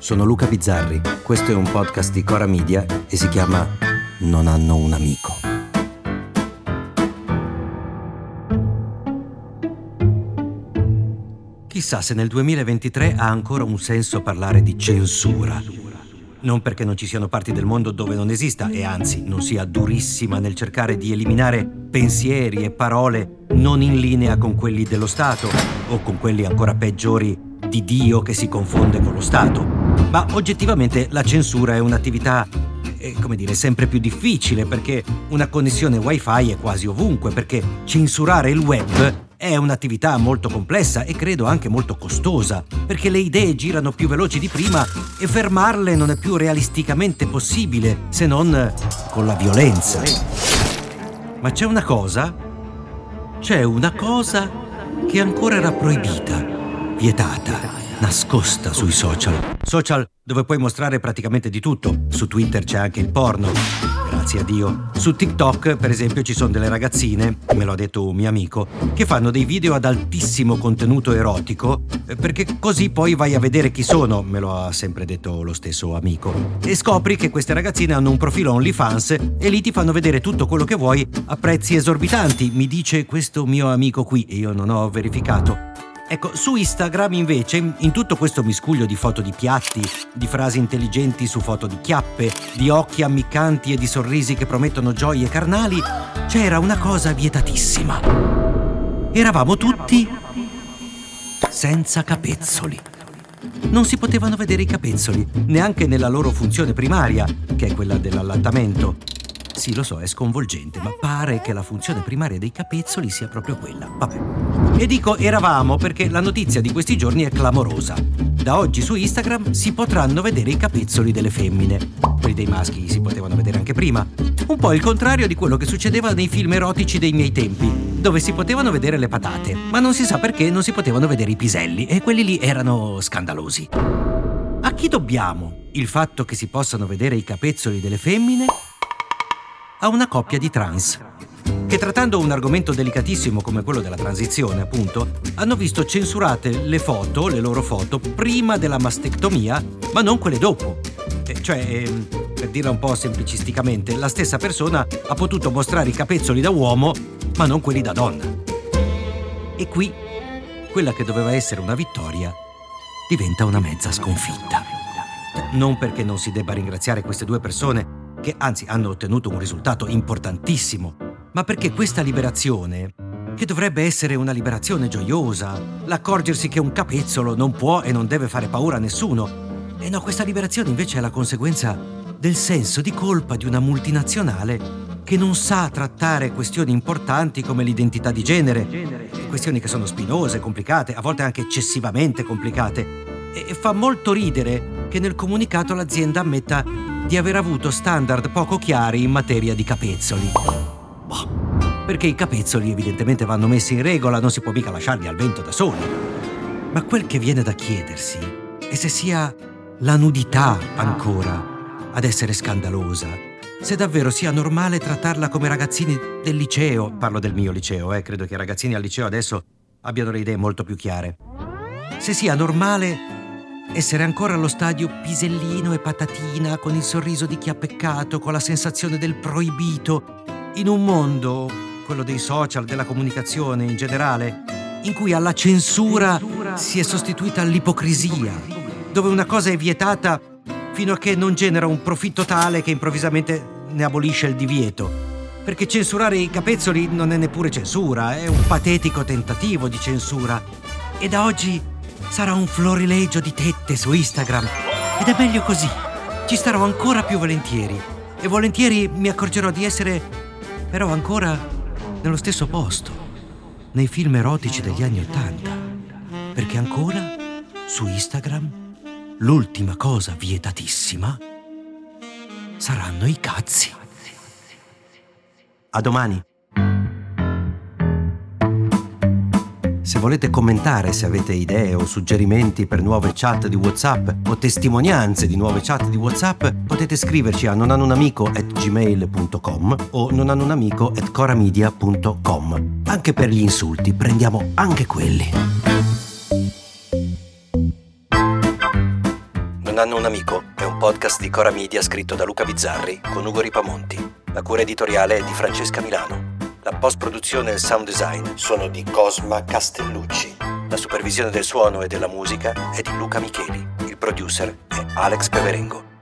sono Luca Bizzarri, questo è un podcast di Cora Media e si chiama Non hanno un amico. Chissà se nel 2023 ha ancora un senso parlare di censura. Non perché non ci siano parti del mondo dove non esista, e anzi non sia durissima nel cercare di eliminare pensieri e parole non in linea con quelli dello Stato o con quelli ancora peggiori di Dio che si confonde con lo Stato. Ma oggettivamente la censura è un'attività, sempre più difficile, perché una connessione wifi è quasi ovunque, perché censurare il web è un'attività molto complessa e credo anche molto costosa, perché le idee girano più veloci di prima e fermarle non è più realisticamente possibile, se non con la violenza. Ma c'è una cosa che ancora era proibita, vietata, nascosta sui social. Social dove puoi mostrare praticamente di tutto. Su Twitter c'è anche il porno, grazie a Dio. Su TikTok, per esempio, ci sono delle ragazzine, me lo ha detto un mio amico, che fanno dei video ad altissimo contenuto erotico, perché così poi vai a vedere chi sono, me lo ha sempre detto lo stesso amico. E scopri che queste ragazzine hanno un profilo OnlyFans e lì ti fanno vedere tutto quello che vuoi a prezzi esorbitanti, mi dice questo mio amico qui, e io non ho verificato. Ecco, su Instagram invece, in tutto questo miscuglio di foto di piatti, di frasi intelligenti su foto di chiappe, di occhi ammiccanti e di sorrisi che promettono gioie carnali, c'era una cosa vietatissima. Eravamo tutti senza capezzoli. Non si potevano vedere i capezzoli, neanche nella loro funzione primaria, che è quella dell'allattamento. Sì, lo so, è sconvolgente, ma pare che la funzione primaria dei capezzoli sia proprio quella. Vabbè. E dico eravamo perché la notizia di questi giorni è clamorosa. Da oggi su Instagram si potranno vedere i capezzoli delle femmine. Quelli dei maschi si potevano vedere anche prima. Un po' il contrario di quello che succedeva nei film erotici dei miei tempi, dove si potevano vedere le patate, ma non si sa perché non si potevano vedere i piselli, e quelli lì erano scandalosi. A chi dobbiamo il fatto che si possano vedere i capezzoli delle femmine? A una coppia di trans, che trattando un argomento delicatissimo come quello della transizione, appunto, hanno visto censurate le loro foto, prima della mastectomia, ma non quelle dopo. Per dirla un po' semplicisticamente, la stessa persona ha potuto mostrare i capezzoli da uomo, ma non quelli da donna. E qui, quella che doveva essere una vittoria diventa una mezza sconfitta. Non perché non si debba ringraziare queste due persone, che anzi hanno ottenuto un risultato importantissimo, ma perché questa liberazione, che dovrebbe essere una liberazione gioiosa, l'accorgersi che un capezzolo non può e non deve fare paura a nessuno, e no, questa liberazione invece è la conseguenza del senso di colpa di una multinazionale che non sa trattare questioni importanti come l'identità di genere, questioni che sono spinose, complicate, a volte anche eccessivamente complicate, e fa molto ridere che nel comunicato l'azienda ammetta di aver avuto standard poco chiari in materia di capezzoli. Perché i capezzoli evidentemente vanno messi in regola, non si può mica lasciarli al vento da soli. Ma quel che viene da chiedersi è se sia la nudità ancora ad essere scandalosa, se davvero sia normale trattarla come ragazzini del liceo. Parlo del mio liceo, credo che i ragazzini al liceo adesso abbiano le idee molto più chiare. Se sia normale essere ancora allo stadio pisellino e patatina, con il sorriso di chi ha peccato, con la sensazione del proibito, in un mondo, quello dei social, della comunicazione in generale, in cui alla censura si è sostituita l'ipocrisia, dove una cosa è vietata fino a che non genera un profitto tale che improvvisamente ne abolisce il divieto. Perché censurare i capezzoli non è neppure censura, è un patetico tentativo di censura. E da oggi sarà un florilegio di tette su Instagram. Ed è meglio così. Ci starò ancora più volentieri. E volentieri mi accorgerò di essere però ancora nello stesso posto, nei film erotici degli anni '80. Perché ancora, su Instagram, l'ultima cosa vietatissima saranno i cazzi. A domani. Se volete commentare, se avete idee o suggerimenti per nuove chat di WhatsApp o testimonianze di nuove chat di WhatsApp, potete scriverci a nonhannounamico@gmail.com o nonhannounamico@coramedia.com. Anche per gli insulti, prendiamo anche quelli. Non Non hanno un amico è un podcast di Cora Media scritto da Luca Bizzarri con Ugo Ripamonti. La cura editoriale è di Francesca Milano. La post-produzione e il sound design sono di Cosma Castellucci. La supervisione del suono e della musica è di Luca Micheli. Il producer è Alex Peverengo.